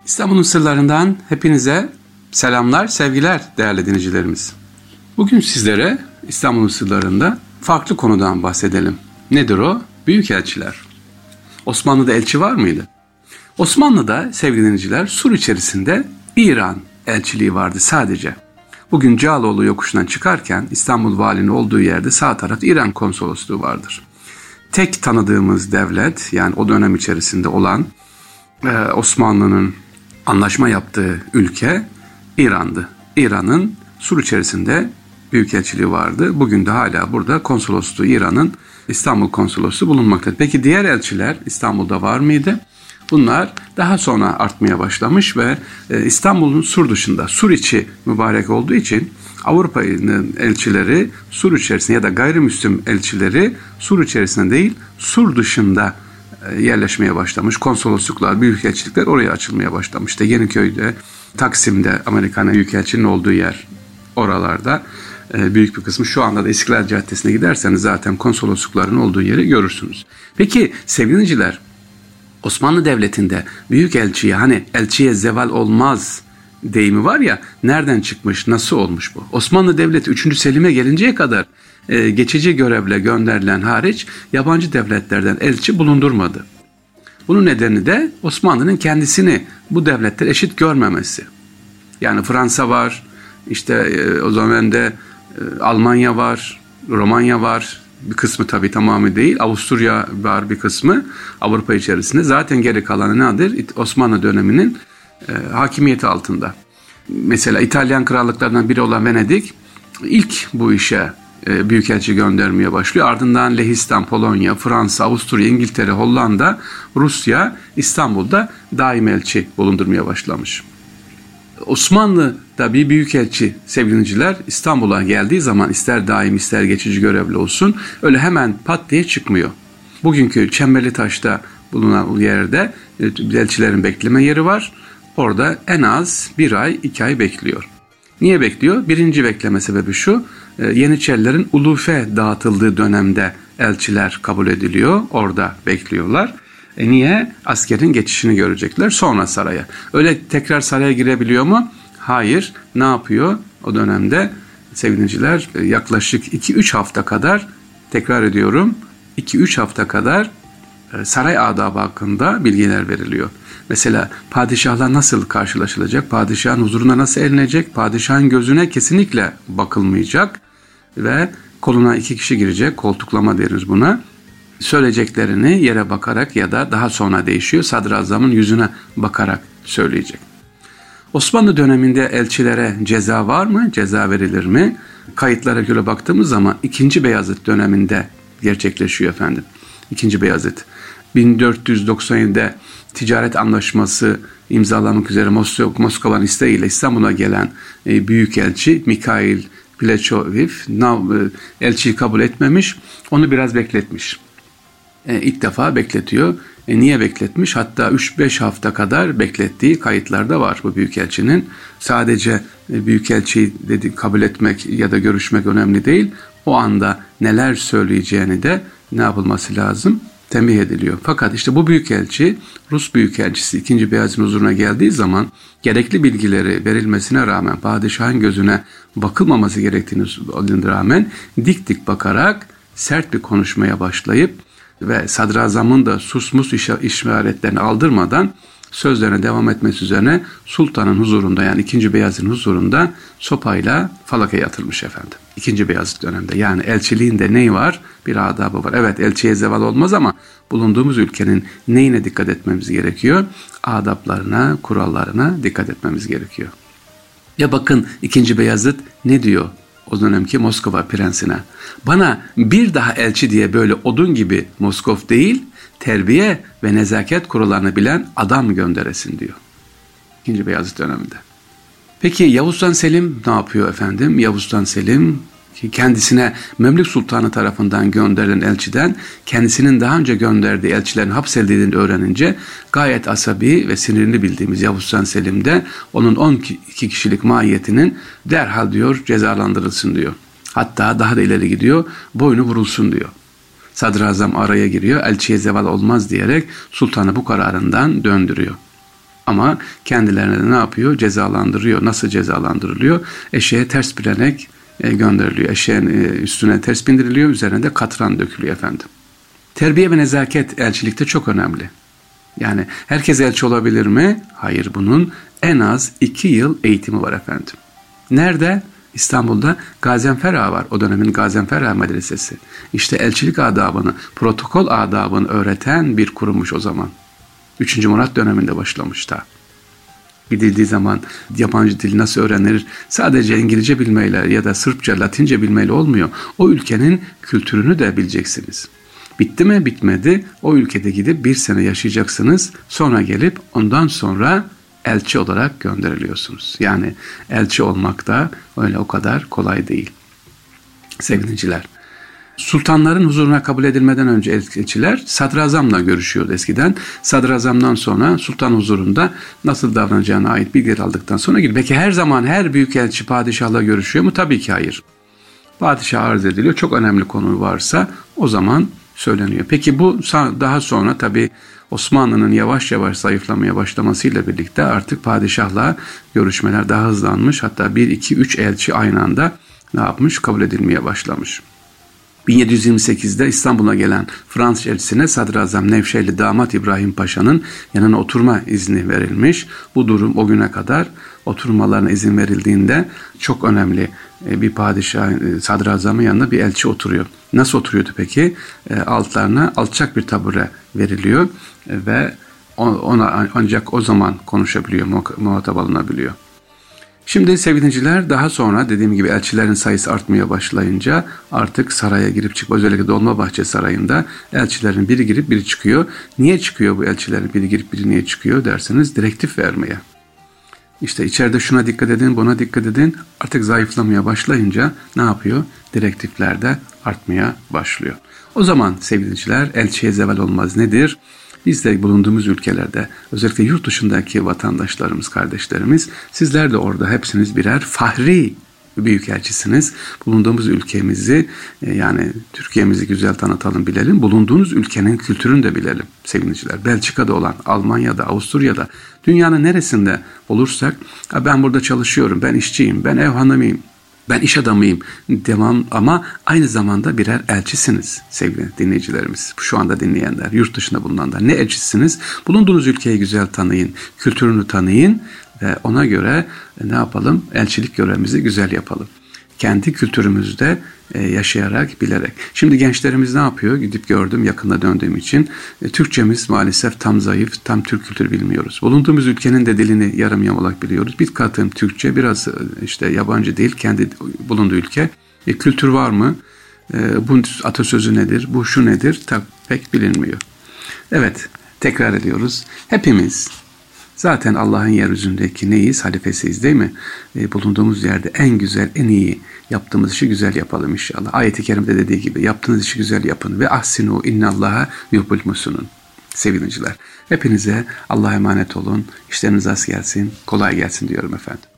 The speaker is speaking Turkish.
İstanbul'un sırlarından hepinize selamlar, sevgiler değerli dinleyicilerimiz. Bugün sizlere İstanbul'un sırlarında farklı konudan bahsedelim. Nedir o? Büyükelçiler. Osmanlı'da elçi var mıydı? Osmanlı'da sevgili dinleyiciler sur içerisinde İran elçiliği vardı sadece. Bugün Cağaloğlu yokuşundan çıkarken İstanbul Valinin olduğu yerde sağ tarafta İran konsolosluğu vardır. Tek tanıdığımız devlet, yani o dönem içerisinde olan Osmanlı'nın anlaşma yaptığı ülke İran'dı. İran'ın sur içerisinde büyükelçiliği vardı. Bugün de hala burada konsolosluğu, İran'ın İstanbul konsolosluğu bulunmaktadır. Peki diğer elçiler İstanbul'da var mıydı? Bunlar daha sonra artmaya başlamış ve İstanbul'un sur dışında, sur içi mübarek olduğu için Avrupa'nın elçileri sur içerisinde ya da gayrimüslim elçileri sur içerisinde değil, sur dışında yerleşmeye başlamış. Konsolosluklar, büyükelçilikler oraya açılmaya başlamış. İşte Yeniköy'de, Taksim'de Amerikan Büyükelçinin olduğu yer, oralarda büyük bir kısmı. Şu anda da İstiklal Caddesi'ne giderseniz zaten konsoloslukların olduğu yeri görürsünüz. Peki sevgili dinleyiciler, Osmanlı Devleti'nde büyükelçiye, hani elçiye zeval olmaz deyimi var ya, nereden çıkmış, nasıl olmuş bu? Osmanlı Devleti 3. Selim'e gelinceye kadar geçici görevle gönderilen hariç yabancı devletlerden elçi bulundurmadı. Bunun nedeni de Osmanlı'nın kendisini bu devletler eşit görmemesi. Yani Fransa var, işte o zaman da Almanya var, Romanya var, bir kısmı tabii tamamı değil, Avusturya var bir kısmı Avrupa içerisinde. Zaten geri kalanı nedir? Osmanlı döneminin hakimiyeti altında. Mesela İtalyan krallıklarından biri olan Venedik ilk bu işe büyükelçi göndermeye başlıyor. Ardından Lehistan, Polonya, Fransa, Avusturya, İngiltere, Hollanda, Rusya, İstanbul'da daim elçi bulundurmaya başlamış. Osmanlı'da bir büyükelçi sevgili dinleyiciler İstanbul'a geldiği zaman ister daim ister geçici görevli olsun öyle hemen pat diye çıkmıyor. Bugünkü Çemberlitaş'ta bulunan yerde elçilerin bekleme yeri var. Orada en az 1 ay 2 ay bekliyor. Niye bekliyor? Birinci bekleme sebebi şu: Yeniçerilerin ulufe dağıtıldığı dönemde elçiler kabul ediliyor. Orada bekliyorlar. Niye? Askerin geçişini görecekler. Sonra saraya. Öyle tekrar saraya girebiliyor mu? Hayır. Ne yapıyor? O dönemde sevgili dinleyiciler yaklaşık 2-3 hafta kadar, tekrar ediyorum, 2-3 hafta kadar saray adabı hakkında bilgiler veriliyor. Mesela padişahla nasıl karşılaşılacak, padişahın huzuruna nasıl elinecek, padişahın gözüne kesinlikle bakılmayacak ve koluna 2 kişi girecek, koltuklama deriz buna. Söyleyeceklerini yere bakarak ya da daha sonra değişiyor, sadrazamın yüzüne bakarak söyleyecek. Osmanlı döneminde elçilere ceza var mı, ceza verilir mi? Kayıtlara göre baktığımız zaman 2. Beyazıt döneminde gerçekleşiyor efendim. 2. Beyazıt 1497'de ticaret anlaşması imzalamak üzere Moskova'nın isteğiyle İstanbul'a gelen büyükelçi Mikhail Plechoviv elçiyi kabul etmemiş, onu biraz bekletmiş. İlk defa bekletiyor. Niye bekletmiş? Hatta 3-5 hafta kadar beklettiği kayıtlarda var bu büyükelçinin. Sadece büyükelçiyi kabul etmek ya da görüşmek önemli değil. O anda neler söyleyeceğini de ne yapılması lazım? Tembih ediliyor. Fakat işte bu büyükelçi, Rus büyükelçisi 2. Beyazıt'ın huzuruna geldiği zaman gerekli bilgileri verilmesine rağmen, padişahın gözüne bakılmaması gerektiğine rağmen dik dik bakarak sert bir konuşmaya başlayıp ve sadrazamın da susmus işaretlerini aldırmadan sözlerine devam etmesi üzerine sultanın huzurunda, yani 2. Beyazıt'ın huzurunda sopayla falakaya atılmış efendim. 2. Beyazıt döneminde. Yani elçiliğinde neyi var? Bir adabı var. Evet, elçiye zeval olmaz ama bulunduğumuz ülkenin neyine dikkat etmemiz gerekiyor? Adaplarına, kurallarına dikkat etmemiz gerekiyor. Ya bakın 2. Beyazıt ne diyor o dönemki Moskova prensine? Bana bir daha elçi diye böyle odun gibi Moskov değil, terbiye ve nezaket kurallarını bilen adam gönderesin diyor. 2. Beyazıt döneminde. Peki Yavuz Sultan Selim ne yapıyor efendim? Yavuz Sultan Selim kendisine Memlük Sultanı tarafından gönderilen elçiden kendisinin daha önce gönderdiği elçilerin hapsedildiğini öğrenince gayet asabi ve sinirli bildiğimiz Yavuz Sultan Selim de onun 12 kişilik mahiyetinin derhal diyor cezalandırılsın diyor. Hatta daha da ileri gidiyor, boynu vurulsun diyor. Sadrazam araya giriyor, elçiye zeval olmaz diyerek sultanı bu kararından döndürüyor. Ama kendilerine de ne yapıyor? Cezalandırıyor. Nasıl cezalandırılıyor? Eşeğe ters binerek gönderiliyor. Eşeğin üstüne ters bindiriliyor. Üzerine de katran dökülüyor efendim. Terbiye ve nezaket elçilikte çok önemli. Yani herkes elçi olabilir mi? Hayır, bunun en az 2 yıl eğitimi var efendim. Nerede? İstanbul'da Gaziantep Ağa var. O dönemin Gaziantep Ağa Medresesi. İşte elçilik adabını, protokol adabını öğreten bir kurummuş o zaman. 3. Murat döneminde başlamış da. Gidildiği zaman yabancı dil nasıl öğrenilir? Sadece İngilizce bilmeyle ya da Sırpça, Latince bilmeyle olmuyor. O ülkenin kültürünü de bileceksiniz. Bitti mi? Bitmedi. O ülkede gidip 1 sene yaşayacaksınız. Sonra gelip ondan sonra elçi olarak gönderiliyorsunuz. Yani elçi olmak da öyle o kadar kolay değil. Sevgiliciler. Sultanların huzuruna kabul edilmeden önce elçiler sadrazamla görüşüyordu eskiden. Sadrazamdan sonra sultan huzurunda nasıl davranacağına ait bilgiler aldıktan sonra gidiyor. Peki her zaman her büyükelçi padişahla görüşüyor mu? Tabii ki hayır. Padişah arz ediliyor. Çok önemli konu varsa o zaman söyleniyor. Peki bu daha sonra tabii Osmanlı'nın yavaş yavaş zayıflamaya başlamasıyla birlikte artık padişahla görüşmeler daha hızlanmış. Hatta 1, 2, 3 elçi aynı anda ne yapmış? Kabul edilmeye başlamış. 1728'de İstanbul'a gelen Fransız elçisine Sadrazam Nevşehirli Damat İbrahim Paşa'nın yanına oturma izni verilmiş. Bu durum o güne kadar oturmalarına izin verildiğinde çok önemli. Bir padişah sadrazamın yanında bir elçi oturuyor. Nasıl oturuyordu peki? Altlarına alçak bir tabure veriliyor ve ona ancak o zaman konuşabiliyor, muhatap alınabiliyor. Şimdi sevgiliciler daha sonra dediğim gibi elçilerin sayısı artmaya başlayınca artık saraya girip çıkma, özellikle Dolmabahçe Sarayı'nda elçilerin biri girip biri çıkıyor. Niye çıkıyor bu elçilerin biri girip biri niye çıkıyor derseniz direktif vermeye. İşte içeride şuna dikkat edin, buna dikkat edin. Artık zayıflamaya başlayınca ne yapıyor? Direktifler de artmaya başlıyor. O zaman sevgiliciler elçiye zeval olmaz nedir? Biz de bulunduğumuz ülkelerde özellikle yurt dışındaki vatandaşlarımız, kardeşlerimiz sizler de orada hepsiniz birer fahri büyükelçisiniz. Bulunduğumuz ülkemizi yani Türkiye'mizi güzel tanıtalım, bilelim. Bulunduğunuz ülkenin kültürünü de bilelim sevgiliciler. Belçika'da olan, Almanya'da, Avusturya'da, dünyanın neresinde olursak ben burada çalışıyorum, ben işçiyim, ben ev hanımıyım, ben iş adamıyım demem ama aynı zamanda birer elçisiniz sevgili dinleyicilerimiz. Şu anda dinleyenler, yurt dışında bulunanlar ne elçisiniz? Bulunduğunuz ülkeyi güzel tanıyın, kültürünü tanıyın ve ona göre ne yapalım? Elçilik görevimizi güzel yapalım. Kendi kültürümüzde yaşayarak, bilerek. Şimdi gençlerimiz ne yapıyor? Gidip gördüm, yakında döndüğüm için. Türkçemiz maalesef tam zayıf, tam Türk kültürü bilmiyoruz. Bulunduğumuz ülkenin de dilini yarım yamalak biliyoruz. Bir katım Türkçe, biraz işte yabancı değil, kendi bulunduğu ülke. Kültür var mı? Bu atasözü nedir? Bu şu nedir? Pek bilinmiyor. Evet, tekrar ediyoruz. Hepimiz zaten Allah'ın yeryüzündeki neyiz? Halifesiyiz değil mi? Bulunduğumuz yerde en güzel, en iyi yaptığımız işi güzel yapalım inşallah. Ayet-i Kerime'de dediği gibi yaptığınız işi güzel yapın. Ve ahsinu innallaha yuhibbul muhsinin. Sevgiliciler, hepinize Allah'a emanet olun. İşleriniz az gelsin, kolay gelsin diyorum efendim.